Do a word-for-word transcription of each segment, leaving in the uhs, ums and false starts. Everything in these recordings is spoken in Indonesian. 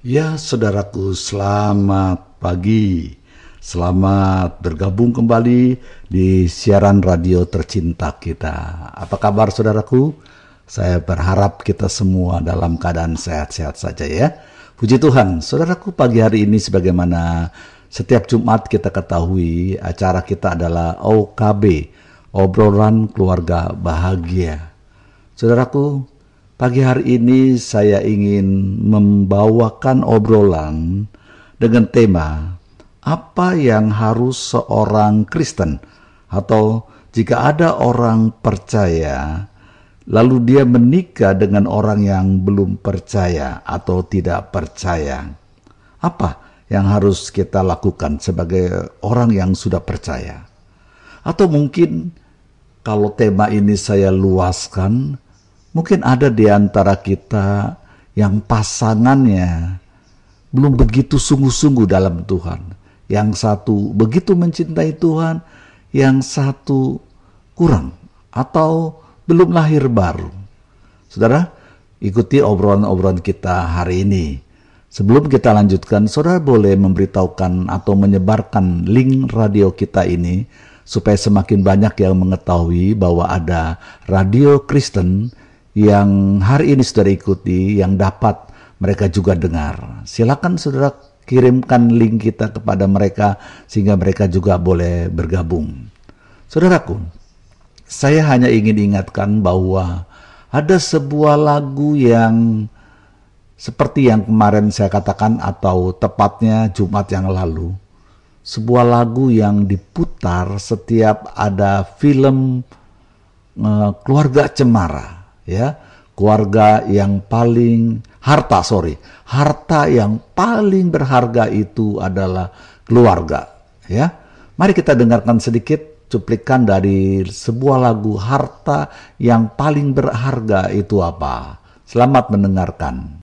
Ya, saudaraku, selamat pagi. Selamat bergabung kembali di siaran radio tercinta kita. Apa kabar, saudaraku? Saya berharap kita semua dalam keadaan sehat-sehat saja ya. Puji Tuhan, saudaraku, pagi hari ini sebagaimana setiap Jumat kita ketahui, acara kita adalah O K B, Obrolan Keluarga Bahagia. Saudaraku, pagi hari ini saya ingin membawakan obrolan dengan tema apa yang harus seorang Kristen atau jika ada orang percaya lalu dia menikah dengan orang yang belum percaya atau tidak percaya. Apa yang harus kita lakukan sebagai orang yang sudah percaya? Atau mungkin kalau tema ini saya luaskan, mungkin ada di antara kita yang pasangannya belum begitu sungguh-sungguh dalam Tuhan. Yang satu begitu mencintai Tuhan, yang satu kurang atau belum lahir baru. Saudara, ikuti obrolan-obrolan kita hari ini. Sebelum kita lanjutkan, saudara boleh memberitahukan atau menyebarkan link radio kita ini supaya semakin banyak yang mengetahui bahwa ada radio Kristen yang hari ini saudara ikuti, yang dapat mereka juga dengar. Silakan saudara kirimkan link kita kepada mereka sehingga mereka juga boleh bergabung. Saudaraku, saya hanya ingin ingatkan bahwa ada sebuah lagu yang seperti yang kemarin saya katakan atau tepatnya Jumat yang lalu. Sebuah lagu yang diputar setiap ada film uh, Keluarga Cemara. Ya, keluarga yang paling harta sorry harta yang paling berharga itu adalah keluarga. Ya, mari kita dengarkan sedikit cuplikan dari sebuah lagu harta yang paling berharga itu apa. Selamat mendengarkan.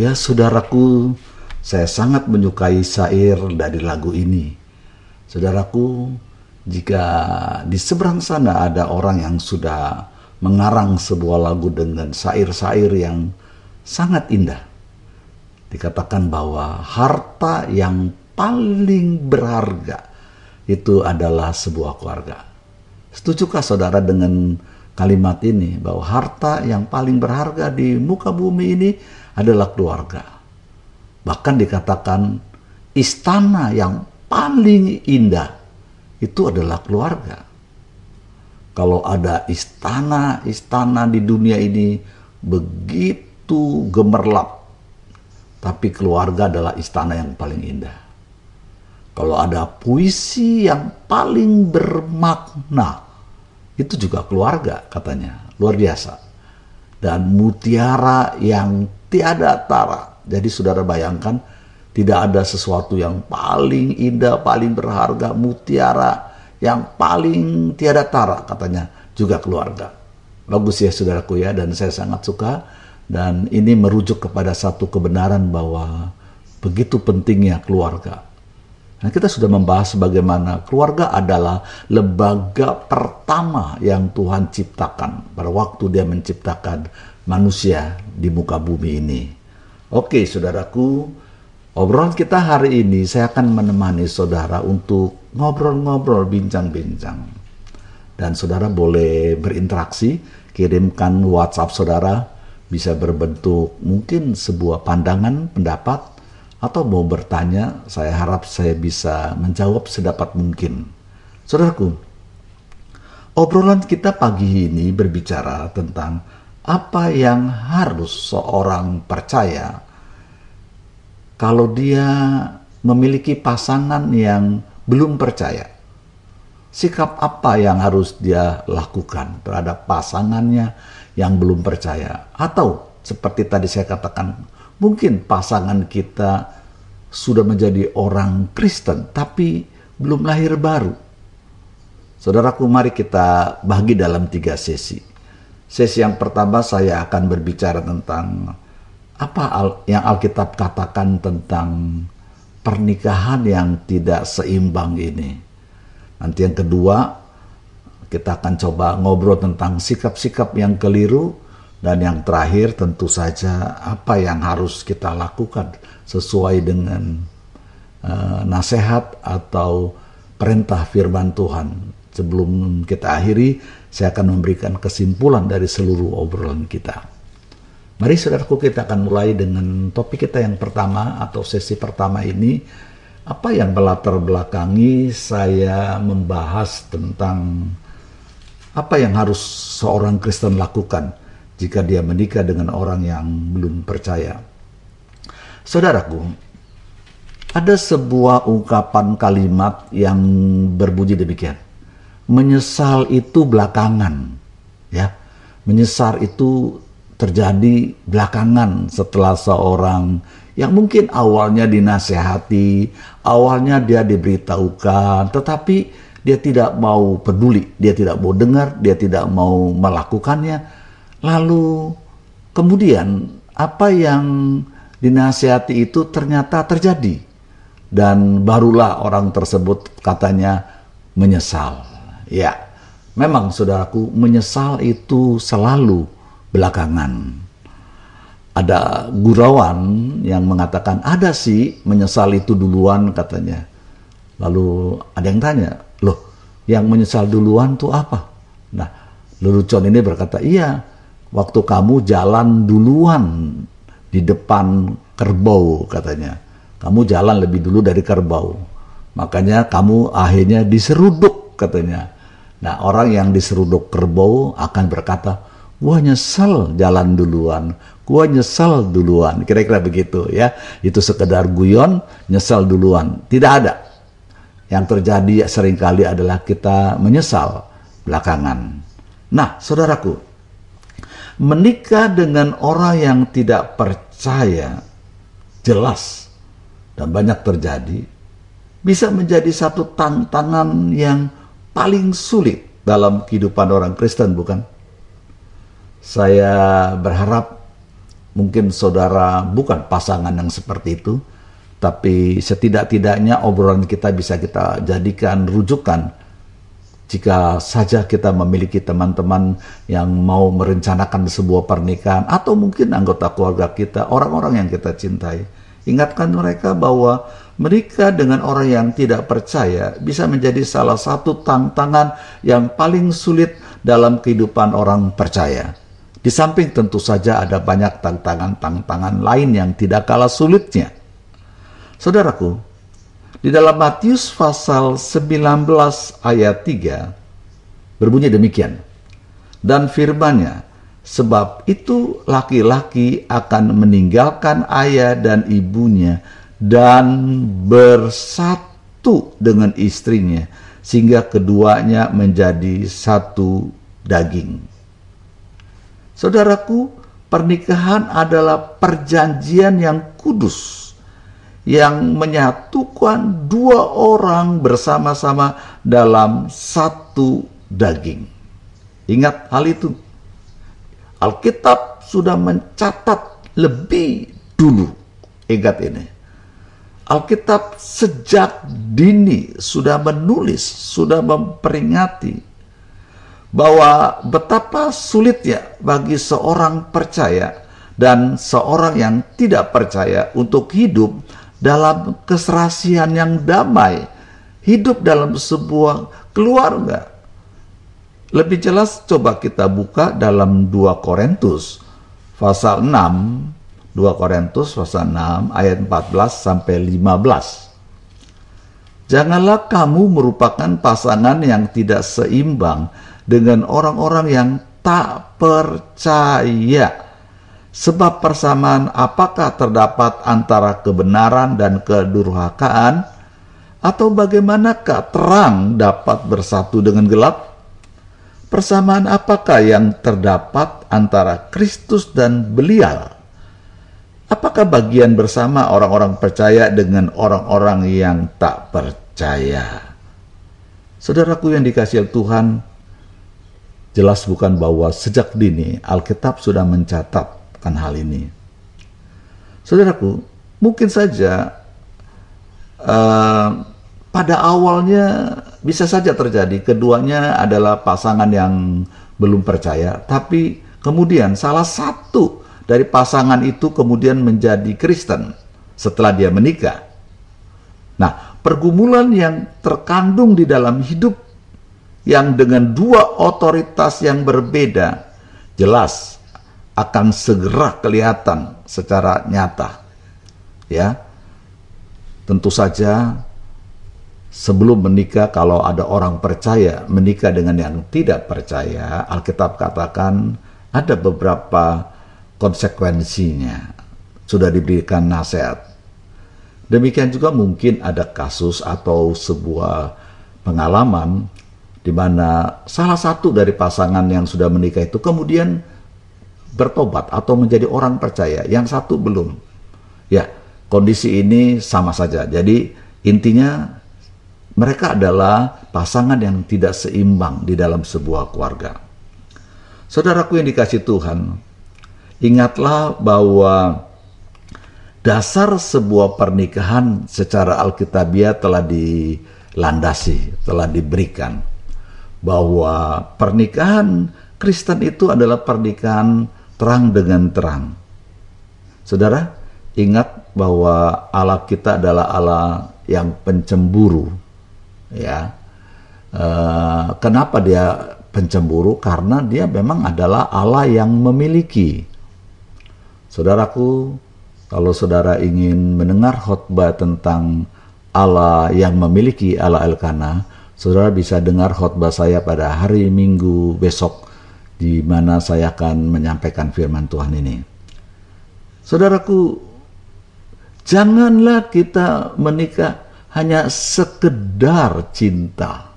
Ya saudaraku, saya sangat menyukai syair dari lagu ini. Saudaraku, jika di seberang sana ada orang yang sudah mengarang sebuah lagu dengan syair-syair yang sangat indah, dikatakan bahwa harta yang paling berharga itu adalah sebuah keluarga. Setujukah saudara dengan kalimat ini, bahwa harta yang paling berharga di muka bumi ini adalah keluarga? Bahkan dikatakan istana yang paling indah itu adalah keluarga. Kalau ada istana-istana di dunia ini begitu gemerlap, tapi keluarga adalah istana yang paling indah. Kalau ada puisi yang paling bermakna, itu juga keluarga katanya, luar biasa. Dan mutiara yang tiada tara. Jadi saudara bayangkan, tidak ada sesuatu yang paling indah, paling berharga, mutiara yang paling tiada tara katanya, juga keluarga. Bagus ya saudaraku ya, dan saya sangat suka. Dan ini merujuk kepada satu kebenaran bahwa begitu pentingnya keluarga. Nah, kita sudah membahas bagaimana keluarga adalah lembaga pertama yang Tuhan ciptakan pada waktu Dia menciptakan manusia di muka bumi ini. Oke, saudaraku, obrolan kita hari ini saya akan menemani saudara untuk ngobrol-ngobrol, bincang-bincang. Dan saudara boleh berinteraksi, kirimkan WhatsApp saudara, bisa berbentuk mungkin sebuah pandangan, pendapat, atau mau bertanya. Saya harap saya bisa menjawab sedapat mungkin. Saudaraku, obrolan kita pagi ini berbicara tentang apa yang harus seorang percaya kalau dia memiliki pasangan yang belum percaya. Sikap apa yang harus dia lakukan terhadap pasangannya yang belum percaya? Atau seperti tadi saya katakan, mungkin pasangan kita sudah menjadi orang Kristen tapi belum lahir baru. Saudaraku, mari kita bagi dalam tiga sesi. Sesi yang pertama saya akan berbicara tentang apa yang Alkitab katakan tentang pernikahan yang tidak seimbang ini. Nanti yang kedua, kita akan coba ngobrol tentang sikap-sikap yang keliru. Dan yang terakhir tentu saja apa yang harus kita lakukan sesuai dengan uh, nasihat atau perintah firman Tuhan. Sebelum kita akhiri, saya akan memberikan kesimpulan dari seluruh obrolan kita. Mari saudaraku, kita akan mulai dengan topik kita yang pertama atau sesi pertama ini. Apa yang melatar belakangi saya membahas tentang apa yang harus seorang Kristen lakukan jika dia menikah dengan orang yang belum percaya. Saudaraku, ada sebuah ungkapan kalimat yang berbunyi demikian. Menyesal itu belakangan, ya. Menyesal itu terjadi belakangan setelah seorang yang mungkin awalnya dinasehati, awalnya dia diberitahukan, tetapi dia tidak mau peduli, dia tidak mau dengar, dia tidak mau melakukannya. Lalu kemudian apa yang dinasihati itu ternyata terjadi. Dan barulah orang tersebut katanya menyesal. Ya, memang saudaraku, menyesal itu selalu belakangan. Ada gurauan yang mengatakan ada sih menyesal itu duluan katanya. Lalu ada yang tanya, loh yang menyesal duluan tuh apa? Nah, lelucon ini berkata, iya, waktu kamu jalan duluan di depan kerbau katanya. Kamu jalan lebih dulu dari kerbau. Makanya kamu akhirnya diseruduk katanya. Nah, orang yang diseruduk kerbau akan berkata, gua nyesel jalan duluan. Gua nyesel duluan. Kira-kira begitu ya. Itu sekedar guyon, nyesel duluan. Tidak ada. Yang terjadi seringkali adalah kita menyesal belakangan. Nah, saudaraku, menikah dengan orang yang tidak percaya jelas dan banyak terjadi bisa menjadi satu tantangan yang paling sulit dalam kehidupan orang Kristen, bukan? Saya berharap Mungkin saudara bukan pasangan yang seperti itu, tapi setidak-tidaknya obrolan kita bisa kita jadikan rujukan jika saja kita memiliki teman-teman yang mau merencanakan sebuah pernikahan, atau mungkin anggota keluarga kita, orang-orang yang kita cintai. Ingatkan mereka bahwa menikah dengan orang yang tidak percaya bisa menjadi salah satu tantangan yang paling sulit dalam kehidupan orang percaya. Di samping tentu saja ada banyak tantangan-tantangan lain yang tidak kalah sulitnya. Saudaraku, di dalam Matius pasal sembilan belas ayat tiga berbunyi demikian. Dan firman-Nya, sebab itu laki-laki akan meninggalkan ayah dan ibunya dan bersatu dengan istrinya, sehingga keduanya menjadi satu daging. Saudaraku, pernikahan adalah perjanjian yang kudus yang menyatukan dua orang bersama-sama dalam satu daging. Ingat hal itu. Alkitab sudah mencatat lebih dulu. Ingat ini. Alkitab sejak dini sudah menulis, sudah memperingati bahwa betapa sulitnya bagi seorang percaya dan seorang yang tidak percaya untuk hidup dalam keserasian yang damai, hidup dalam sebuah keluarga. Lebih jelas coba kita buka dalam dua Korintus pasal enam, dua Korintus pasal enam ayat empat belas sampai lima belas. Janganlah kamu merupakan pasangan yang tidak seimbang dengan orang-orang yang tak percaya. Sebab persamaan apakah terdapat antara kebenaran dan kedurhakaan? Atau bagaimanakah terang dapat bersatu dengan gelap? Persamaan apakah yang terdapat antara Kristus dan Belial? Apakah bagian bersama orang-orang percaya dengan orang-orang yang tak percaya? Saudaraku yang dikasihi Tuhan, jelas bukan bahwa sejak dini Alkitab sudah mencatat kan hal ini. Saudaraku, mungkin saja uh, pada awalnya bisa saja terjadi keduanya adalah pasangan yang belum percaya, tapi kemudian salah satu dari pasangan itu kemudian menjadi Kristen setelah dia menikah. Nah, pergumulan yang terkandung di dalam hidup yang dengan dua otoritas yang berbeda jelas akan segera kelihatan secara nyata. Ya. Tentu saja sebelum menikah, kalau ada orang percaya menikah dengan yang tidak percaya, Alkitab katakan ada beberapa konsekuensinya. Sudah diberikan nasihat. Demikian juga mungkin ada kasus atau sebuah pengalaman di mana salah satu dari pasangan yang sudah menikah itu kemudian bertobat atau menjadi orang percaya, yang satu belum. Ya, kondisi ini sama saja. Jadi intinya mereka adalah pasangan yang tidak seimbang di dalam sebuah keluarga. Saudaraku yang dikasihi Tuhan, ingatlah bahwa dasar sebuah pernikahan secara alkitabiah telah dilandasi, telah diberikan. Bahwa pernikahan Kristen itu adalah pernikahan terang dengan terang. Saudara, ingat bahwa Allah kita adalah Allah yang pencemburu. Ya, e, kenapa dia pencemburu? Karena dia memang adalah Allah yang memiliki. Saudaraku, kalau saudara ingin mendengar khotbah tentang Allah yang memiliki, Allah Elkanah, saudara bisa dengar khotbah saya pada hari Minggu besok, di mana saya akan menyampaikan firman Tuhan ini. Saudaraku, janganlah kita menikah hanya sekedar cinta.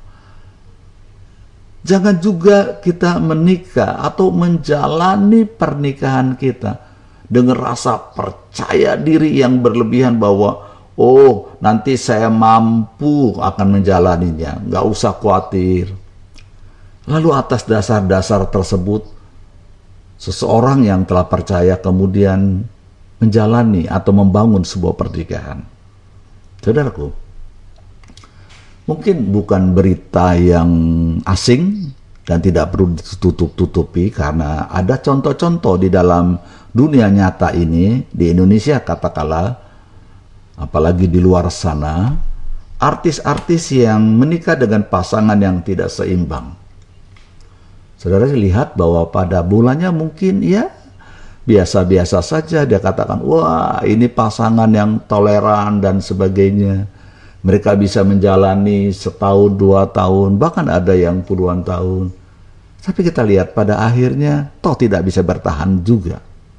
Jangan juga kita menikah atau menjalani pernikahan kita dengan rasa percaya diri yang berlebihan bahwa oh, nanti saya mampu akan menjalaninya, nggak usah khawatir. Lalu atas dasar-dasar tersebut, seseorang yang telah percaya kemudian menjalani atau membangun sebuah pernikahan. Saudaraku, mungkin bukan berita yang asing dan tidak perlu ditutup-tutupi, karena ada contoh-contoh di dalam dunia nyata ini, di Indonesia katakanlah, apalagi di luar sana, artis-artis yang menikah dengan pasangan yang tidak seimbang. Saudara lihat bahwa pada bulannya mungkin ya biasa-biasa saja, dia katakan, wah ini pasangan yang toleran dan sebagainya. Mereka bisa menjalani setahun, dua tahun, bahkan ada yang puluhan tahun. Tapi kita lihat pada akhirnya toh tidak bisa bertahan juga.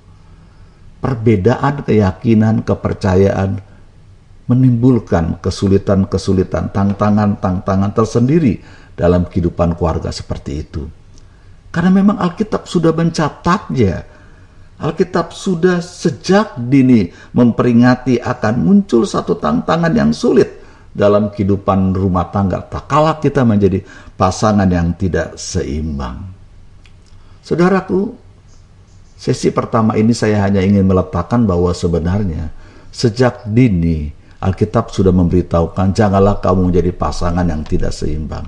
Perbedaan keyakinan, kepercayaan menimbulkan kesulitan-kesulitan, tantangan-tantangan tersendiri dalam kehidupan keluarga seperti itu. Karena memang Alkitab sudah mencatatnya. Alkitab sudah sejak dini memperingati akan muncul satu tantangan yang sulit dalam kehidupan rumah tangga, tak kalah kita menjadi pasangan yang tidak seimbang. Saudaraku, sesi pertama ini saya hanya ingin meletakkan bahwa sebenarnya sejak dini Alkitab sudah memberitahukan janganlah kamu menjadi pasangan yang tidak seimbang.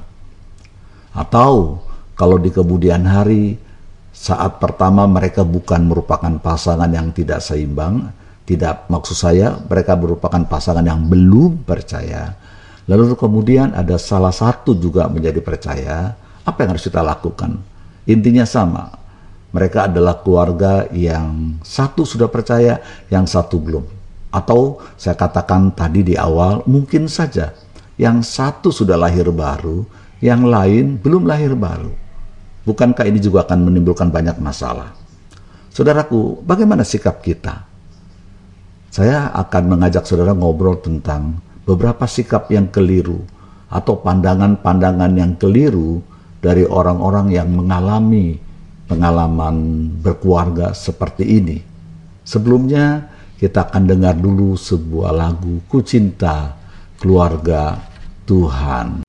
Atau kalau di kemudian hari, saat pertama mereka bukan merupakan pasangan yang tidak seimbang, tidak, maksud saya mereka merupakan pasangan yang belum percaya. Lalu kemudian ada salah satu juga menjadi percaya. Apa yang harus kita lakukan? Intinya sama. Mereka adalah keluarga yang satu sudah percaya, yang satu belum. Atau saya katakan tadi di awal, mungkin saja yang satu sudah lahir baru, yang lain belum lahir baru. Bukankah ini juga akan menimbulkan banyak masalah? Saudaraku, bagaimana sikap kita? Saya akan mengajak saudara ngobrol tentang beberapa sikap yang keliru atau pandangan-pandangan yang keliru dari orang-orang yang mengalami pengalaman berkeluarga seperti ini. Sebelumnya kita akan dengar dulu sebuah lagu, Ku Cinta Keluarga Tuhan.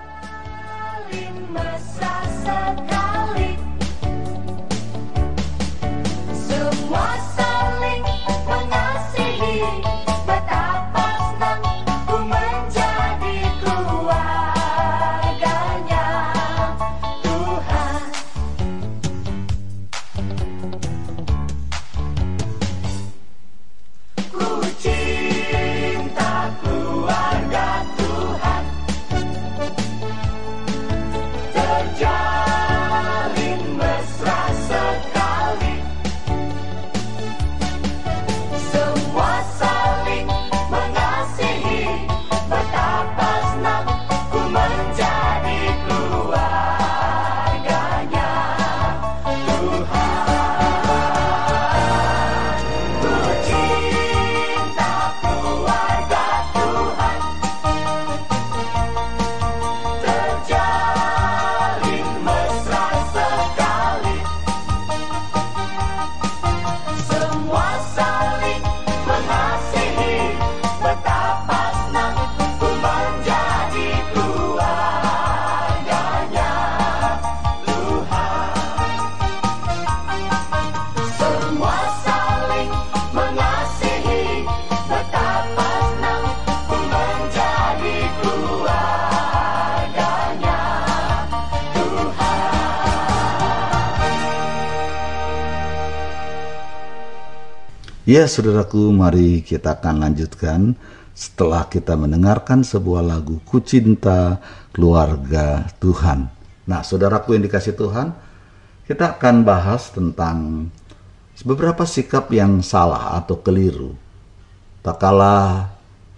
Ya saudaraku, mari kita akan lanjutkan setelah kita mendengarkan sebuah lagu, Ku Cinta Keluarga Tuhan. Nah saudaraku yang dikasih Tuhan, kita akan bahas tentang beberapa sikap yang salah atau keliru. Tak kalah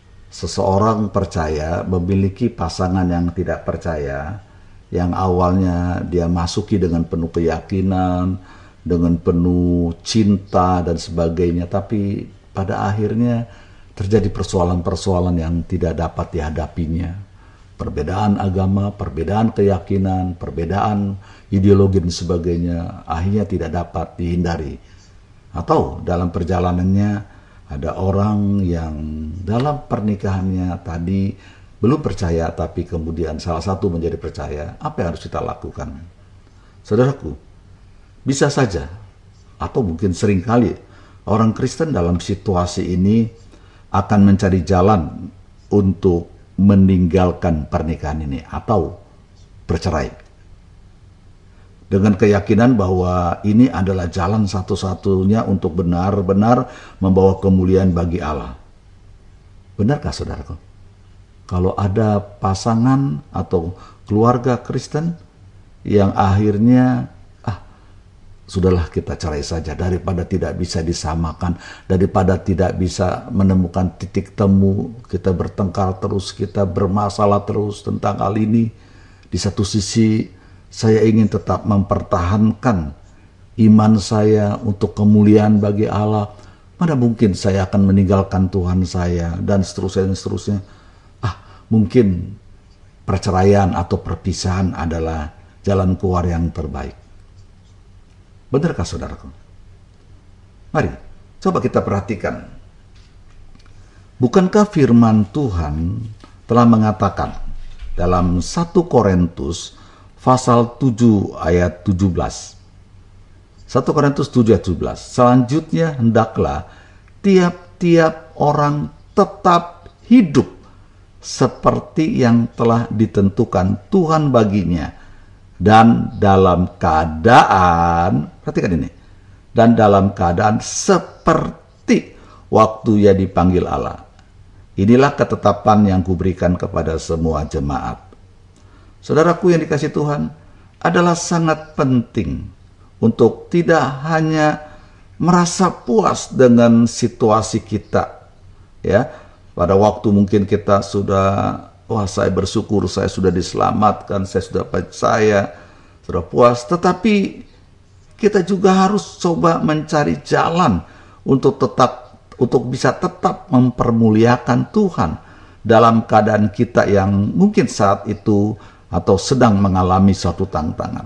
seseorang percaya memiliki pasangan yang tidak percaya, yang awalnya dia masuki dengan penuh keyakinan, dengan penuh cinta dan sebagainya, tapi pada akhirnya terjadi persoalan-persoalan yang tidak dapat dihadapinya. Perbedaan agama, perbedaan keyakinan, perbedaan ideologi dan sebagainya akhirnya tidak dapat dihindari. Atau dalam perjalanannya ada orang yang dalam pernikahannya tadi belum percaya, tapi kemudian salah satu menjadi percaya. Apa yang harus kita lakukan? Saudaraku, bisa saja atau mungkin seringkali orang Kristen dalam situasi ini akan mencari jalan untuk meninggalkan pernikahan ini atau bercerai. Dengan keyakinan bahwa ini adalah jalan satu-satunya untuk benar-benar membawa kemuliaan bagi Allah. Benarkah saudaraku? Kalau ada pasangan atau keluarga Kristen yang akhirnya ah sudahlah kita cerai saja daripada tidak bisa disamakan, daripada tidak bisa menemukan titik temu, kita bertengkar terus, kita bermasalah terus tentang hal ini. Di satu sisi saya ingin tetap mempertahankan iman saya untuk kemuliaan bagi Allah. Mana mungkin saya akan meninggalkan Tuhan saya dan seterusnya dan seterusnya. Ah, mungkin perceraian atau perpisahan adalah jalan keluar yang terbaik. Benarkah saudaraku? Mari, coba kita perhatikan. Bukankah firman Tuhan telah mengatakan dalam satu Korintus pasal tujuh ayat tujuh belas. satu Korintus tujuh ayat tujuh belas. Selanjutnya hendaklah tiap-tiap orang tetap hidup seperti yang telah ditentukan Tuhan baginya, dan dalam keadaan, perhatikan ini, dan dalam keadaan seperti waktu ia dipanggil Allah. Inilah ketetapan yang kuberikan kepada semua jemaat. Saudaraku yang dikasihi Tuhan, adalah sangat penting untuk tidak hanya merasa puas dengan situasi kita. Ya, pada waktu mungkin kita sudah, wah saya bersyukur, saya sudah diselamatkan, saya sudah percaya, sudah puas. Tetapi kita juga harus coba mencari jalan untuk tetap, untuk bisa tetap mempermuliakan Tuhan dalam keadaan kita yang mungkin saat itu atau sedang mengalami suatu tantangan.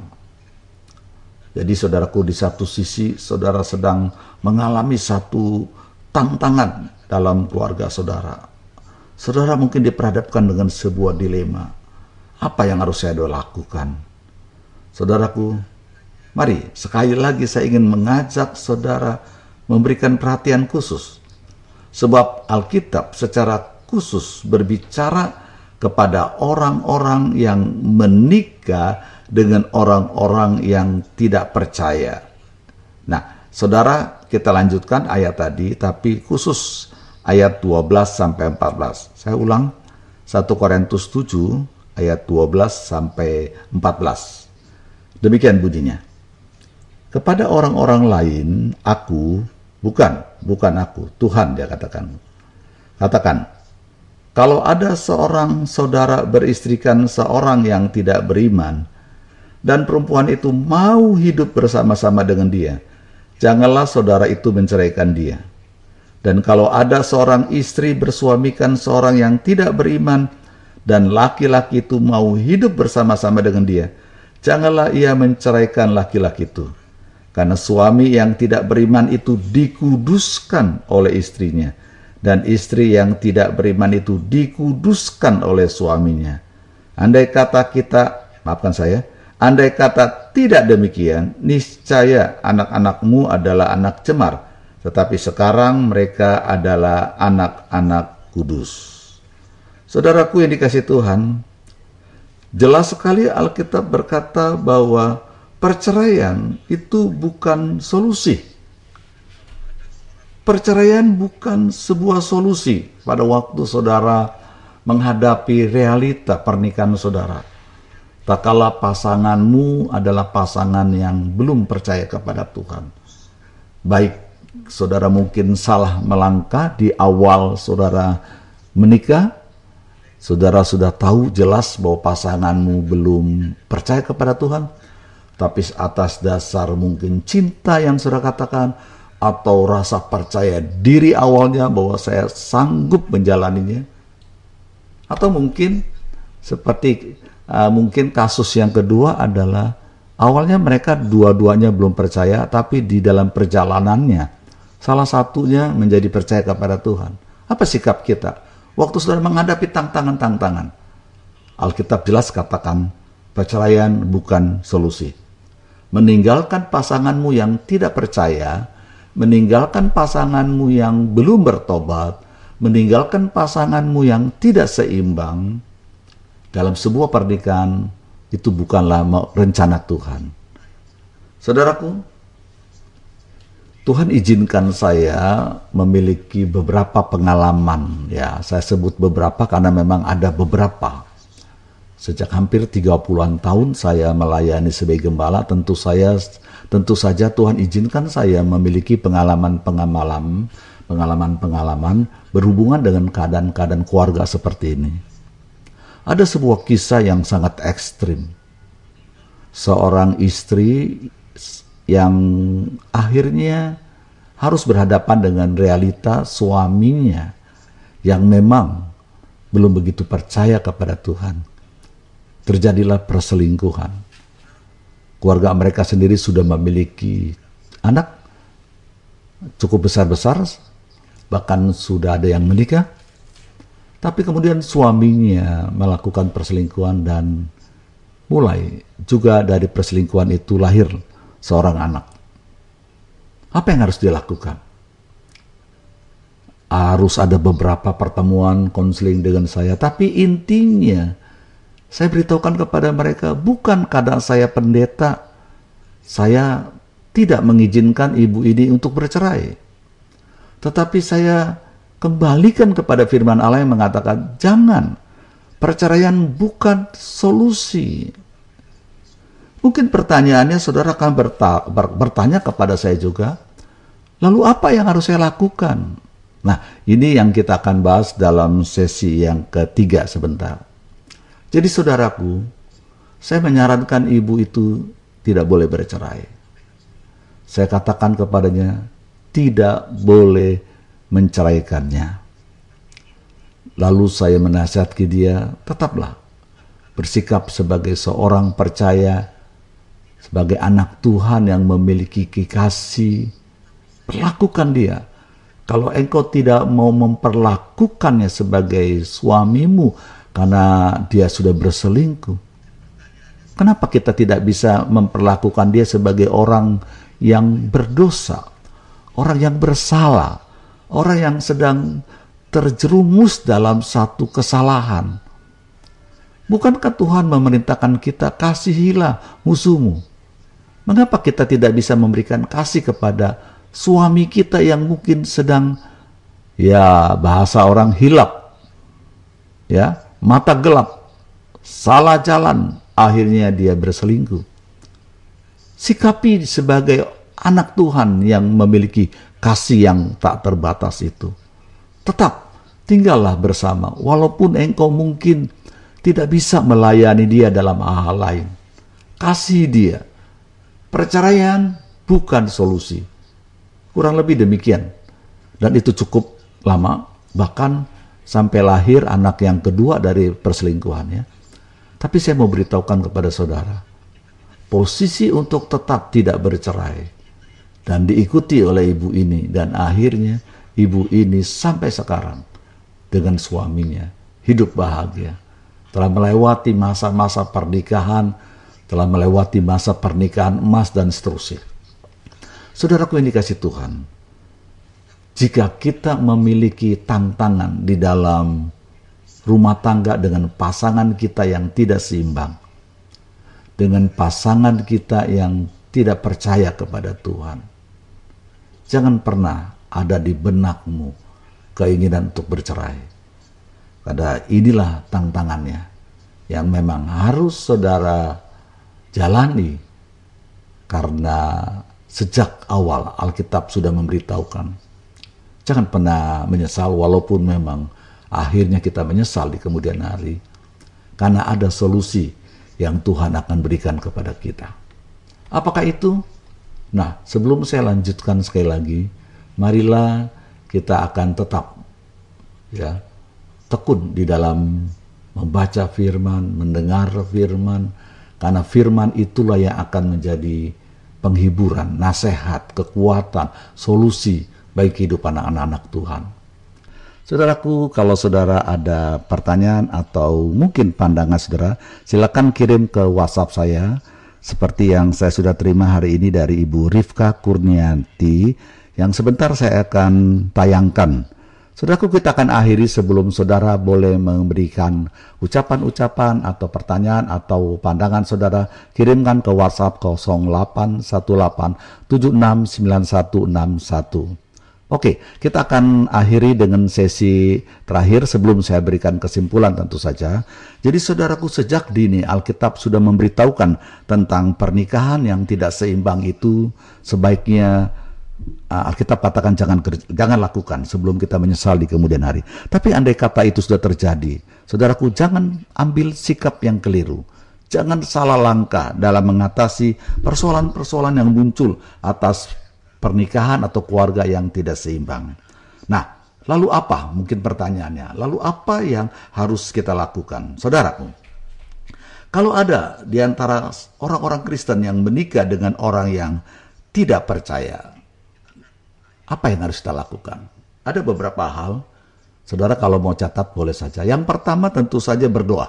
Jadi saudaraku, di satu sisi saudara sedang mengalami satu tantangan dalam keluarga saudara. Saudara mungkin diperhadapkan dengan sebuah dilema. Apa yang harus saya lakukan? Saudaraku, mari sekali lagi saya ingin mengajak saudara memberikan perhatian khusus. Sebab Alkitab secara khusus berbicara kepada orang-orang yang menikah dengan orang-orang yang tidak percaya. Nah, saudara, kita lanjutkan ayat tadi, tapi khusus ayat dua belas sampai empat belas. Saya ulang, satu Korintus tujuh ayat dua belas sampai empat belas. Demikian bunyinya. Kepada orang-orang lain, aku, bukan, bukan aku, Tuhan dia katakan. Katakan, kalau ada seorang saudara beristrikan seorang yang tidak beriman, dan perempuan itu mau hidup bersama-sama dengan dia, janganlah saudara itu menceraikan dia. Dan kalau ada seorang istri bersuamikan seorang yang tidak beriman, dan laki-laki itu mau hidup bersama-sama dengan dia, janganlah ia menceraikan laki-laki itu. Karena suami yang tidak beriman itu dikuduskan oleh istrinya, dan istri yang tidak beriman itu dikuduskan oleh suaminya. Andai kata kita, maafkan saya, andai kata tidak demikian, niscaya anak-anakmu adalah anak cemar, tetapi sekarang mereka adalah anak-anak kudus. Saudaraku yang dikasihi Tuhan, jelas sekali Alkitab berkata bahwa perceraian itu bukan solusi. Perceraian bukan sebuah solusi pada waktu saudara menghadapi realita pernikahan saudara. Tak kala pasanganmu adalah pasangan yang belum percaya kepada Tuhan. Baik saudara mungkin salah melangkah di awal saudara menikah, saudara sudah tahu jelas bahwa pasanganmu belum percaya kepada Tuhan, tapi atas dasar mungkin cinta yang saudara katakan, atau rasa percaya diri awalnya bahwa saya sanggup menjalaninya, atau mungkin seperti uh, mungkin kasus yang kedua adalah awalnya mereka dua-duanya belum percaya, tapi di dalam perjalanannya salah satunya menjadi percaya kepada Tuhan. Apa sikap kita waktu saudara menghadapi tantangan-tantangan? Alkitab jelas katakan perceraian bukan solusi. meninggalkan pasanganmu yang tidak percaya, meninggalkan pasanganmu yang belum bertobat, meninggalkan pasanganmu yang tidak seimbang dalam sebuah pernikahan, itu bukanlah rencana Tuhan. Saudaraku, Tuhan izinkan saya memiliki beberapa pengalaman. Ya, saya sebut beberapa karena memang ada beberapa. Sejak hampir tiga puluhan tahun saya melayani sebagai gembala, tentu saya tentu saja Tuhan izinkan saya memiliki pengalaman-pengalaman, pengalaman-pengalaman berhubungan dengan keadaan-keadaan keluarga seperti ini. Ada sebuah kisah yang sangat ekstrim. Seorang istri yang akhirnya harus berhadapan dengan realita suaminya yang memang belum begitu percaya kepada Tuhan. Terjadilah perselingkuhan. Keluarga mereka sendiri sudah memiliki anak cukup besar-besar, bahkan sudah ada yang menikah. Tapi kemudian suaminya melakukan perselingkuhan dan mulai juga dari perselingkuhan itu lahir seorang anak. Apa yang harus dilakukan? Harus ada beberapa pertemuan konseling dengan saya, tapi intinya saya beritahukan kepada mereka, bukan karena saya pendeta, saya tidak mengizinkan ibu ini untuk bercerai. Tetapi saya kembalikan kepada firman Allah yang mengatakan, jangan, perceraian bukan solusi. Mungkin pertanyaannya saudara akan berta- ber- bertanya kepada saya juga, lalu apa yang harus saya lakukan? Nah, ini yang kita akan bahas dalam sesi yang ketiga sebentar. Jadi saudaraku, saya menyarankan ibu itu tidak boleh bercerai. Saya katakan kepadanya, tidak boleh menceraikannya. Lalu saya menasihati dia, tetaplah bersikap sebagai seorang percaya, sebagai anak Tuhan yang memiliki kekasih, perlakukan dia. Kalau engkau tidak mau memperlakukannya sebagai suamimu karena dia sudah berselingkuh, kenapa kita tidak bisa memperlakukan dia sebagai orang yang berdosa, orang yang bersalah, orang yang sedang terjerumus dalam satu kesalahan? Bukankah Tuhan memerintahkan kita, kasihilah musuhmu? Mengapa kita tidak bisa memberikan kasih kepada suami kita yang mungkin sedang, ya bahasa orang hilap, ya mata gelap, salah jalan, akhirnya dia berselingkuh. Sikapi sebagai anak Tuhan yang memiliki kasih yang tak terbatas itu. Tetap tinggallah bersama, walaupun engkau mungkin tidak bisa melayani dia dalam hal lain. Kasih dia. Perceraian bukan solusi. Kurang lebih demikian. Dan itu cukup lama, bahkan sampai lahir anak yang kedua dari perselingkuhannya. Tapi saya mau beritahukan kepada saudara, posisi untuk tetap tidak bercerai dan diikuti oleh ibu ini, dan akhirnya ibu ini sampai sekarang dengan suaminya hidup bahagia. Telah melewati masa-masa pernikahan, telah melewati masa pernikahan emas dan seterusnya. Saudaraku yang dikasihi Tuhan, jika kita memiliki tantangan di dalam rumah tangga dengan pasangan kita yang tidak seimbang, dengan pasangan kita yang tidak percaya kepada Tuhan, jangan pernah ada di benakmu keinginan untuk bercerai. Karena inilah tantangannya yang memang harus saudara jalani, karena sejak awal Alkitab sudah memberitahukan. Jangan pernah menyesal, walaupun memang akhirnya kita menyesal di kemudian hari, karena ada solusi yang Tuhan akan berikan kepada kita. Apakah itu? Nah, sebelum saya lanjutkan sekali lagi, marilah kita akan tetap ya tekun di dalam membaca firman, mendengar firman, karena firman itulah yang akan menjadi penghiburan, nasihat, kekuatan, solusi bagi kehidupan anak-anak Tuhan. Saudaraku, kalau saudara ada pertanyaan atau mungkin pandangan saudara, silakan kirim ke WhatsApp saya. seperti yang saya sudah terima hari ini dari Ibu Rifka Kurnianti, yang sebentar saya akan tayangkan. Saudaraku, kita akan akhiri sebelum saudara boleh memberikan ucapan-ucapan atau pertanyaan atau pandangan saudara, kirimkan ke WhatsApp nol delapan satu delapan tujuh enam sembilan satu enam satu. Oke, kita akan akhiri dengan sesi terakhir sebelum saya berikan kesimpulan tentu saja. Jadi saudaraku, sejak dini Alkitab sudah memberitahukan tentang pernikahan yang tidak seimbang itu sebaiknya Alkitab katakan jangan jangan lakukan sebelum kita menyesal di kemudian hari. Tapi andai kata itu sudah terjadi, saudaraku, jangan ambil sikap yang keliru. Jangan salah langkah dalam mengatasi persoalan-persoalan yang muncul atas pernikahan atau keluarga yang tidak seimbang. Nah, lalu apa? Mungkin pertanyaannya, lalu apa yang harus kita lakukan? Saudaraku, kalau ada di antara orang-orang Kristen yang menikah dengan orang yang tidak percaya, apa yang harus kita lakukan? Ada beberapa hal. Saudara kalau mau catat boleh saja. Yang pertama tentu saja berdoa.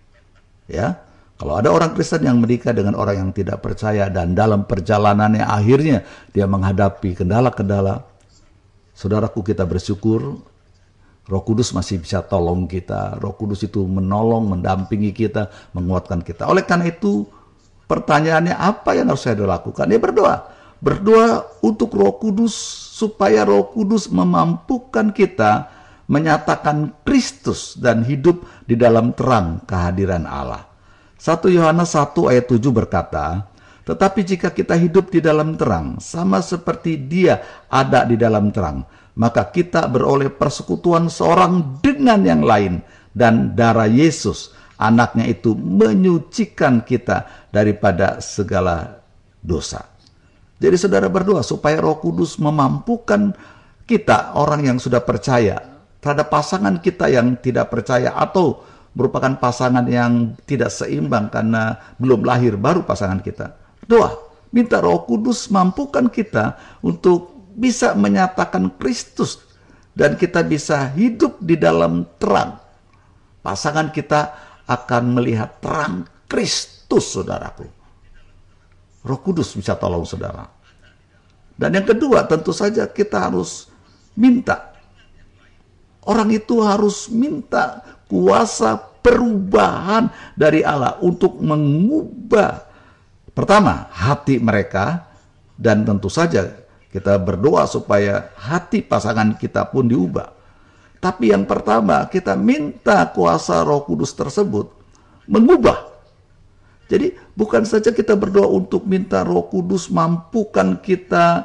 Ya, kalau ada orang Kristen yang menikah dengan orang yang tidak percaya dan dalam perjalanannya akhirnya dia menghadapi kendala-kendala, saudaraku, kita bersyukur Roh Kudus masih bisa tolong kita. Roh Kudus itu menolong, mendampingi kita, menguatkan kita. Oleh karena itu, pertanyaannya apa yang harus saya lakukan? Ya berdoa. Berdoa untuk Roh Kudus supaya Roh Kudus memampukan kita menyatakan Kristus dan hidup di dalam terang kehadiran Allah. satu Yohanes satu ayat tujuh berkata, "Tetapi jika kita hidup di dalam terang, sama seperti Dia ada di dalam terang, maka kita beroleh persekutuan seorang dengan yang lain, dan darah Yesus, anaknya itu menyucikan kita daripada segala dosa." Jadi saudara berdoa supaya Roh Kudus memampukan kita, orang yang sudah percaya, terhadap pasangan kita yang tidak percaya atau merupakan pasangan yang tidak seimbang karena belum lahir baru pasangan kita. Doa, minta Roh Kudus mampukan kita untuk bisa menyatakan Kristus dan kita bisa hidup di dalam terang. Pasangan kita akan melihat terang Kristus, saudaraku. Roh Kudus bisa tolong saudara. Dan yang kedua, tentu saja kita harus minta. Orang itu harus minta kuasa perubahan dari Allah untuk mengubah, pertama, hati mereka. Dan tentu saja kita berdoa supaya hati pasangan kita pun diubah. Tapi yang pertama, kita minta kuasa Roh Kudus tersebut mengubah. Jadi bukan saja kita berdoa untuk minta Roh Kudus mampukan kita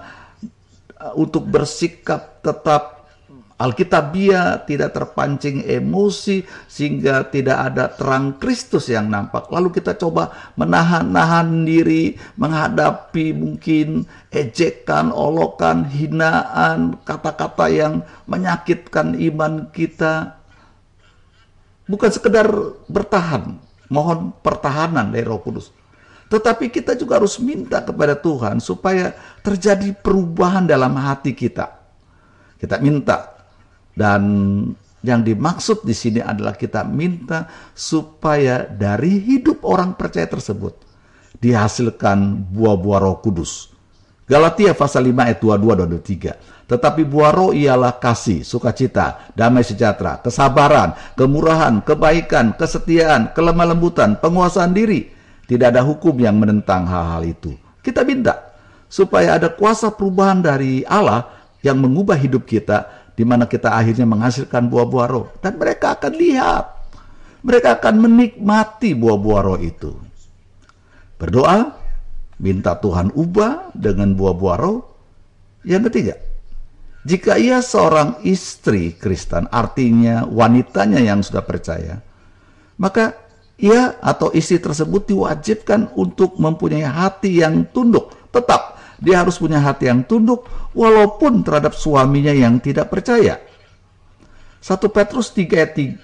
untuk bersikap tetap alkitabiah, tidak terpancing emosi sehingga tidak ada terang Kristus yang nampak. Lalu kita coba menahan-nahan diri menghadapi mungkin ejekan, olokan, hinaan, kata-kata yang menyakitkan iman kita. Bukan sekedar bertahan, mohon pertahanan dari Roh Kudus. Tetapi kita juga harus minta kepada Tuhan supaya terjadi perubahan dalam hati kita. Kita minta, dan yang dimaksud di sini adalah kita minta supaya dari hidup orang percaya tersebut dihasilkan buah-buah Roh Kudus. Galatia pasal lima ayat dua puluh dua dan dua puluh tiga. Tetapi buah roh ialah kasih, sukacita, damai sejahtera, kesabaran, kemurahan, kebaikan, kesetiaan, kelemah lembutan, penguasaan diri. Tidak ada hukum yang menentang hal-hal itu. Kita minta supaya ada kuasa perubahan dari Allah yang mengubah hidup kita, di mana kita akhirnya menghasilkan buah-buah roh. Dan mereka akan lihat, mereka akan menikmati buah-buah roh itu. Berdoa, minta Tuhan ubah dengan buah-buah roh. Yang ketiga, jika ia seorang istri Kristen, artinya wanitanya yang sudah percaya, maka ia atau istri tersebut diwajibkan untuk mempunyai hati yang tunduk. Tetap, dia harus punya hati yang tunduk walaupun terhadap suaminya yang tidak percaya. satu Petrus tiga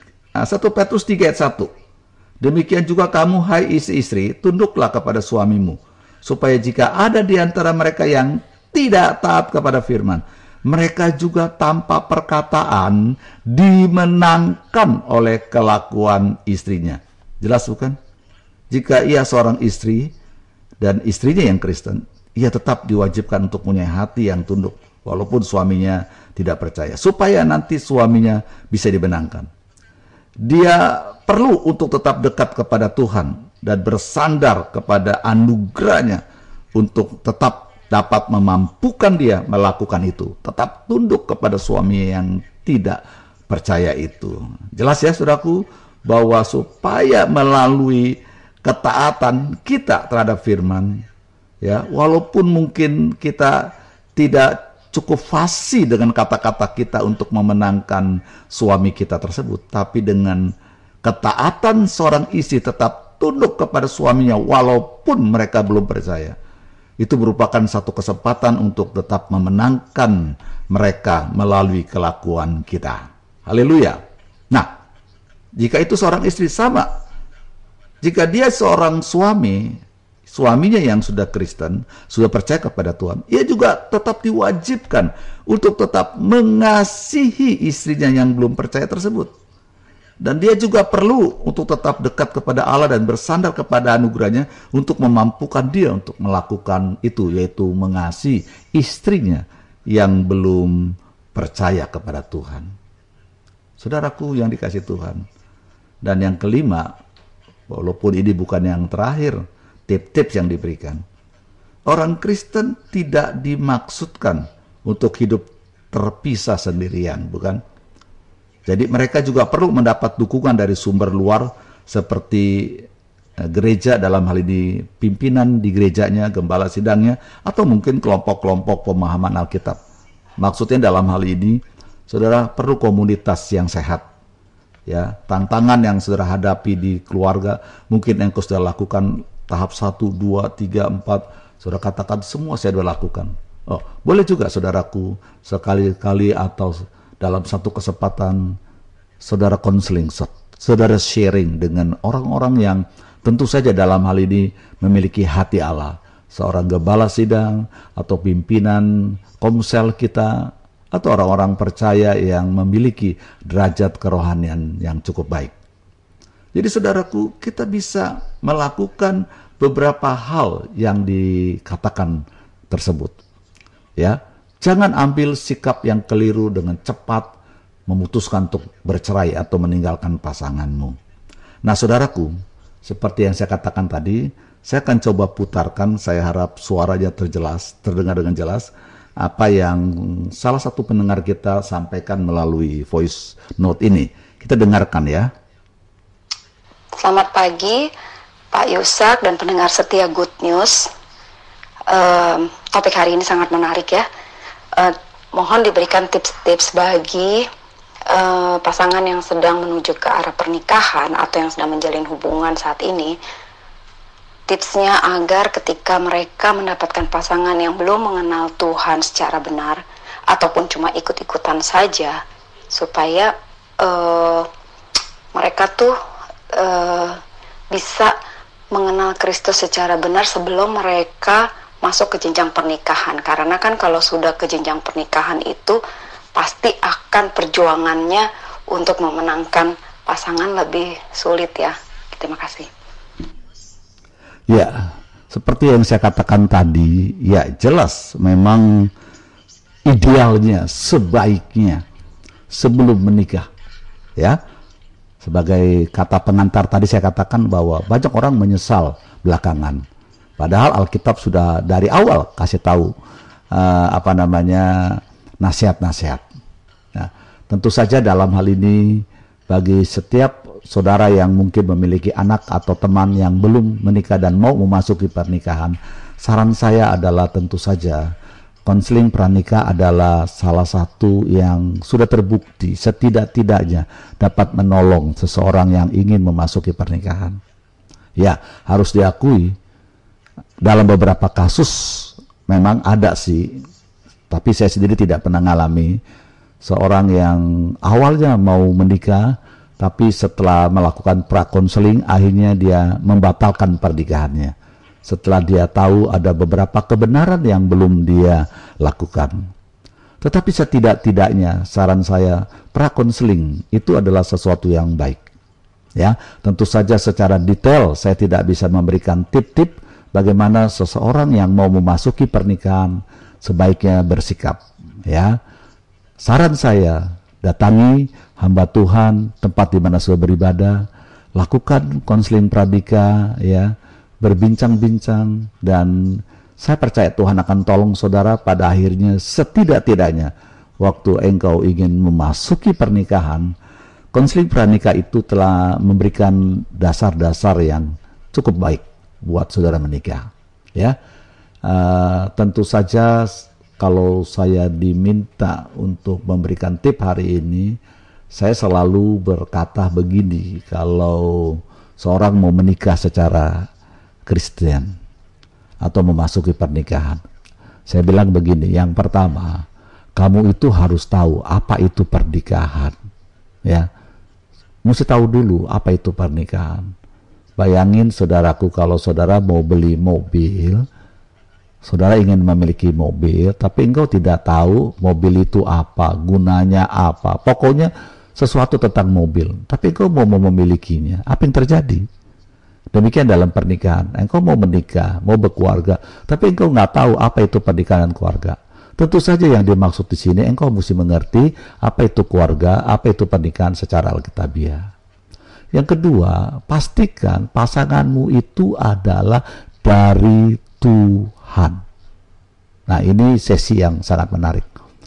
ayat satu. Demikian juga kamu, hai istri-istri, tunduklah kepada suamimu, supaya jika ada di antara mereka yang tidak taat kepada firman, mereka juga tanpa perkataan dimenangkan oleh kelakuan istrinya. Jelas bukan? Jika ia seorang istri dan istrinya yang Kristen, ia tetap diwajibkan untuk punya hati yang tunduk walaupun suaminya tidak percaya, supaya nanti suaminya bisa dibenangkan. Dia perlu untuk tetap dekat kepada Tuhan dan bersandar kepada anugerahnya untuk tetap dapat memampukan dia melakukan itu, tetap tunduk kepada suami yang tidak percaya itu. Jelas ya saudaraku, bahwa supaya melalui ketaatan kita terhadap firman, ya, walaupun mungkin kita tidak cukup fasih dengan kata-kata kita untuk memenangkan suami kita tersebut, tapi dengan ketaatan seorang istri tetap tunduk kepada suaminya walaupun mereka belum percaya, itu merupakan satu kesempatan untuk tetap memenangkan mereka melalui kelakuan kita. Haleluya. Nah, jika itu seorang istri sama, jika dia seorang suami, suaminya yang sudah Kristen, sudah percaya kepada Tuhan, ia juga tetap diwajibkan untuk tetap mengasihi istrinya yang belum percaya tersebut. Dan dia juga perlu untuk tetap dekat kepada Allah dan bersandar kepada anugerahnya untuk memampukan dia untuk melakukan itu, yaitu mengasihi istrinya yang belum percaya kepada Tuhan. Saudaraku yang dikasihi Tuhan. Dan yang kelima, walaupun ini bukan yang terakhir, tips-tips yang diberikan. Orang Kristen tidak dimaksudkan untuk hidup terpisah sendirian, bukan? Jadi mereka juga perlu mendapat dukungan dari sumber luar seperti gereja, dalam hal ini pimpinan di gerejanya, gembala sidangnya, atau mungkin kelompok-kelompok pemahaman Alkitab. Maksudnya dalam hal ini, saudara perlu komunitas yang sehat. Ya, tantangan yang saudara hadapi di keluarga, mungkin yang kau sudah lakukan tahap satu, dua, tiga, empat, saudara katakan semua saya sudah lakukan. Oh, boleh juga saudaraku sekali-kali atau dalam satu kesempatan saudara konseling, saudara sharing dengan orang-orang yang tentu saja dalam hal ini memiliki hati Allah. Seorang gembala sidang atau pimpinan komsel kita, atau orang-orang percaya yang memiliki derajat kerohanian yang cukup baik. Jadi saudaraku, kita bisa melakukan beberapa hal yang dikatakan tersebut. Ya, jangan ambil sikap yang keliru dengan cepat memutuskan untuk bercerai atau meninggalkan pasanganmu. Nah saudaraku, seperti yang saya katakan tadi, saya akan coba putarkan, saya harap suaranya terjelas, terdengar dengan jelas, apa yang salah satu pendengar kita sampaikan melalui voice note ini. Kita dengarkan ya. Selamat pagi Pak Yusak dan pendengar setia Good News. Uh, topik hari ini sangat menarik ya. Uh, mohon diberikan tips-tips bagi uh, pasangan yang sedang menuju ke arah pernikahan atau yang sedang menjalin hubungan saat ini. Tipsnya agar ketika mereka mendapatkan pasangan yang belum mengenal Tuhan secara benar ataupun cuma ikut-ikutan saja, supaya uh, mereka tuh uh, bisa mengenal Kristus secara benar sebelum mereka masuk ke jenjang pernikahan. Karena kan kalau sudah ke jenjang pernikahan itu pasti akan perjuangannya untuk memenangkan pasangan lebih sulit ya. Terima kasih. Ya, seperti yang saya katakan tadi, ya jelas memang idealnya, sebaiknya sebelum menikah. Ya, sebagai kata pengantar tadi saya katakan bahwa banyak orang menyesal belakangan. Padahal Alkitab sudah dari awal kasih tahu uh, apa namanya nasihat-nasihat. Nah, tentu saja dalam hal ini bagi setiap saudara yang mungkin memiliki anak atau teman yang belum menikah dan mau memasuki pernikahan, saran saya adalah tentu saja konseling pranikah adalah salah satu yang sudah terbukti setidak-tidaknya dapat menolong seseorang yang ingin memasuki pernikahan. Ya, harus diakui dalam beberapa kasus memang ada sih, tapi saya sendiri tidak pernah mengalami seorang yang awalnya mau menikah tapi setelah melakukan prakonseling akhirnya dia membatalkan pernikahannya setelah dia tahu ada beberapa kebenaran yang belum dia lakukan. Tetapi setidak-tidaknya saran saya, prakonseling itu adalah sesuatu yang baik. Ya, tentu saja secara detail saya tidak bisa memberikan tip-tip bagaimana seseorang yang mau memasuki pernikahan sebaiknya bersikap. Ya, saran saya, datangi hamba Tuhan tempat di mana sudah beribadah, lakukan konseling pradika, ya, berbincang-bincang, dan saya percaya Tuhan akan tolong saudara pada akhirnya. Setidak-tidaknya waktu engkau ingin memasuki pernikahan, konseling pranikah itu telah memberikan dasar-dasar yang cukup baik buat saudara menikah. Ya, uh, tentu saja kalau saya diminta untuk memberikan tip hari ini, saya selalu berkata begini, kalau seorang mau menikah secara Kristen atau memasuki pernikahan, saya bilang begini, yang pertama, kamu itu harus tahu apa itu pernikahan. Ya, mesti tahu dulu apa itu pernikahan. Bayangin saudaraku, kalau saudara mau beli mobil, saudara ingin memiliki mobil, tapi engkau tidak tahu mobil itu apa, gunanya apa, pokoknya sesuatu tentang mobil, tapi engkau mau memilikinya, apa yang terjadi? Demikian dalam pernikahan, engkau mau menikah, mau berkeluarga, tapi engkau nggak tahu apa itu pernikahan dan keluarga. Tentu saja yang dimaksud di sini, engkau mesti mengerti apa itu keluarga, apa itu pernikahan secara alkitabiah. Yang kedua, pastikan pasanganmu itu adalah dari Tuhan. Nah, ini sesi yang sangat menarik.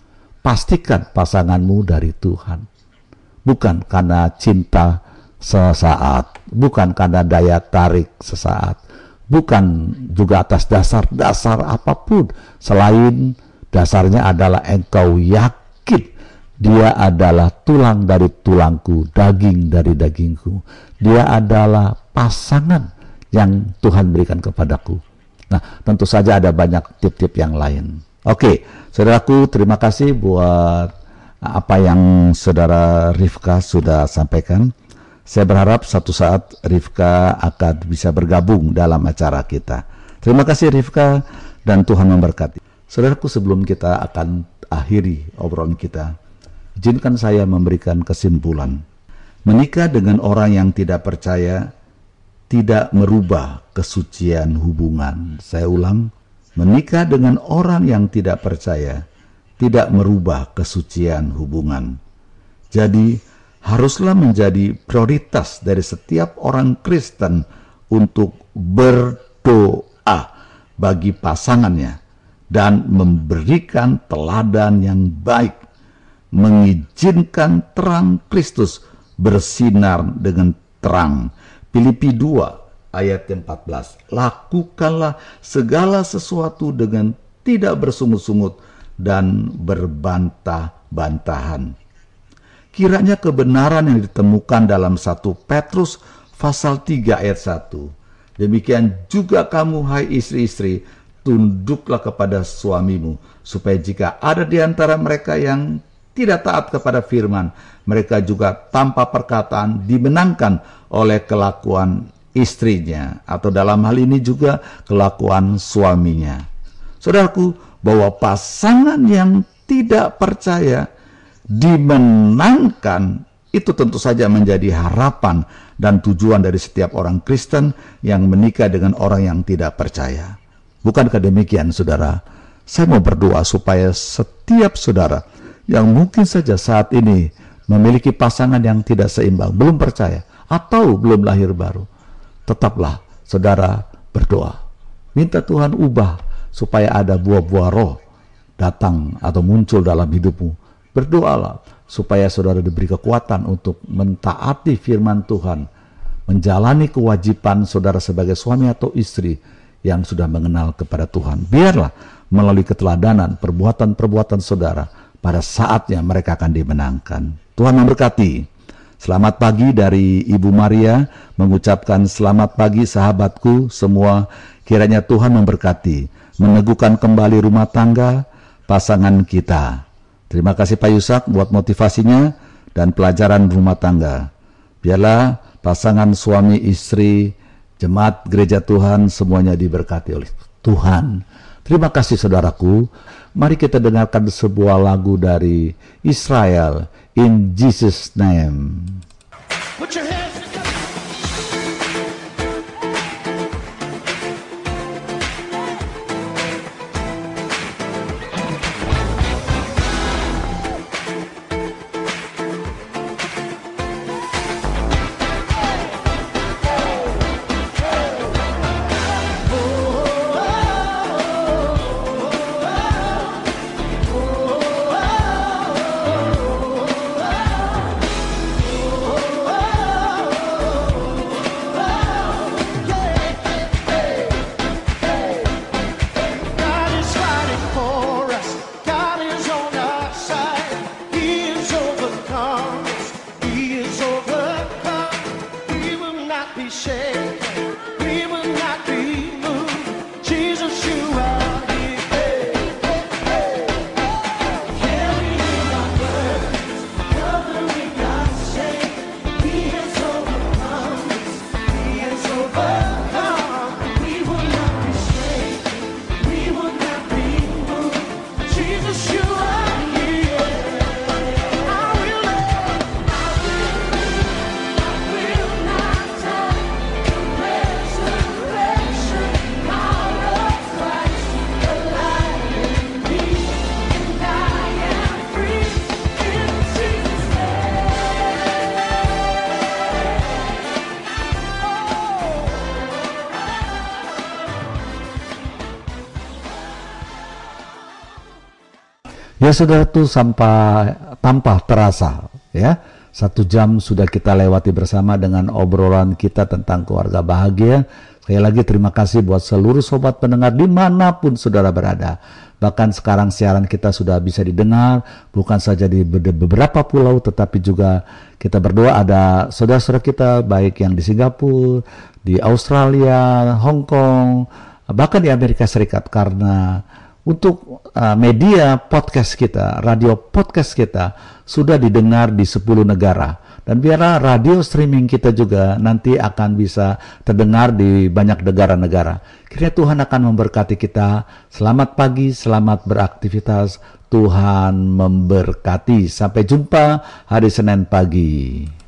Pastikan pasanganmu dari Tuhan. Bukan karena cinta sesaat, bukan karena daya tarik sesaat, bukan juga atas dasar-dasar apapun, selain dasarnya adalah engkau yakin dia adalah tulang dari tulangku, daging dari dagingku. Dia adalah pasangan yang Tuhan berikan kepadaku. Nah, tentu saja ada banyak tip-tip yang lain. Oke, saudaraku, terima kasih buat apa yang saudara Rifka sudah sampaikan. Saya berharap satu saat Rifka akan bisa bergabung dalam acara kita. Terima kasih Rifka, dan Tuhan memberkati. Saudaraku, sebelum kita akan akhiri obrolan kita, izinkan saya memberikan kesimpulan. Menikah dengan orang yang tidak percaya tidak merubah kesucian hubungan. Saya ulang, menikah dengan orang yang tidak percaya tidak merubah kesucian hubungan. Jadi, haruslah menjadi prioritas dari setiap orang Kristen untuk berdoa bagi pasangannya dan memberikan teladan yang baik, mengizinkan terang Kristus bersinar dengan terang. Filipi dua ayat empat belas. Lakukanlah segala sesuatu dengan tidak bersungut-sungut dan berbantah-bantahan. Kiranya kebenaran yang ditemukan dalam satu Petrus pasal tiga ayat satu. Demikian juga kamu, hai istri-istri, tunduklah kepada suamimu, supaya jika ada di antara mereka yang tidak taat kepada firman, mereka juga tanpa perkataan dimenangkan oleh kelakuan istrinya, atau dalam hal ini juga kelakuan suaminya. Saudaraku, bahwa pasangan yang tidak percaya dimenangkan, itu tentu saja menjadi harapan dan tujuan dari setiap orang Kristen yang menikah dengan orang yang tidak percaya. Bukankah demikian, saudara? Saya mau berdoa supaya setiap saudara yang mungkin saja saat ini memiliki pasangan yang tidak seimbang, belum percaya, atau belum lahir baru, tetaplah saudara berdoa. Minta Tuhan ubah supaya ada buah-buah roh datang atau muncul dalam hidupmu. Berdoalah supaya saudara diberi kekuatan untuk mentaati firman Tuhan, menjalani kewajiban saudara sebagai suami atau istri yang sudah mengenal kepada Tuhan. Biarlah melalui keteladanan perbuatan-perbuatan saudara, pada saatnya mereka akan dimenangkan. Tuhan memberkati. Selamat pagi dari Ibu Maria, mengucapkan selamat pagi sahabatku semua. Kiranya Tuhan memberkati, meneguhkan kembali rumah tangga pasangan kita. Terima kasih Pak Yusak buat motivasinya dan pelajaran rumah tangga. Biarlah pasangan suami istri, jemaat gereja Tuhan semuanya diberkati oleh Tuhan. Terima kasih saudaraku. Mari kita dengarkan sebuah lagu dari Israel, In Jesus' Name. Put your hands together. be shaken, we will not be moved. Jesus, you are here. Carrying our burdens, covering our shame. He has overcome us. He has overcome. We will not be shaken. We will not be moved. Jesus, you are here. I will live. I will not die. The resurrection power of Christ alive in me, and I am free in Jesus' Ya saudara, tuh sampai tanpa terasa ya, satu jam sudah kita lewati bersama dengan obrolan kita tentang keluarga bahagia. Sekali lagi terima kasih buat seluruh sobat pendengar dimanapun saudara berada. Bahkan sekarang siaran kita sudah bisa didengar bukan saja di be- beberapa pulau, tetapi juga kita berdoa ada saudara-saudara kita baik yang di Singapura, di Australia, Hong Kong, bahkan di Amerika Serikat, karena untuk uh, media podcast kita, radio podcast kita sudah didengar di sepuluh negara. Dan biarlah radio streaming kita juga nanti akan bisa terdengar di banyak negara-negara. Kiranya Tuhan akan memberkati kita. Selamat pagi, selamat beraktivitas. Tuhan memberkati. Sampai jumpa hari Senin pagi.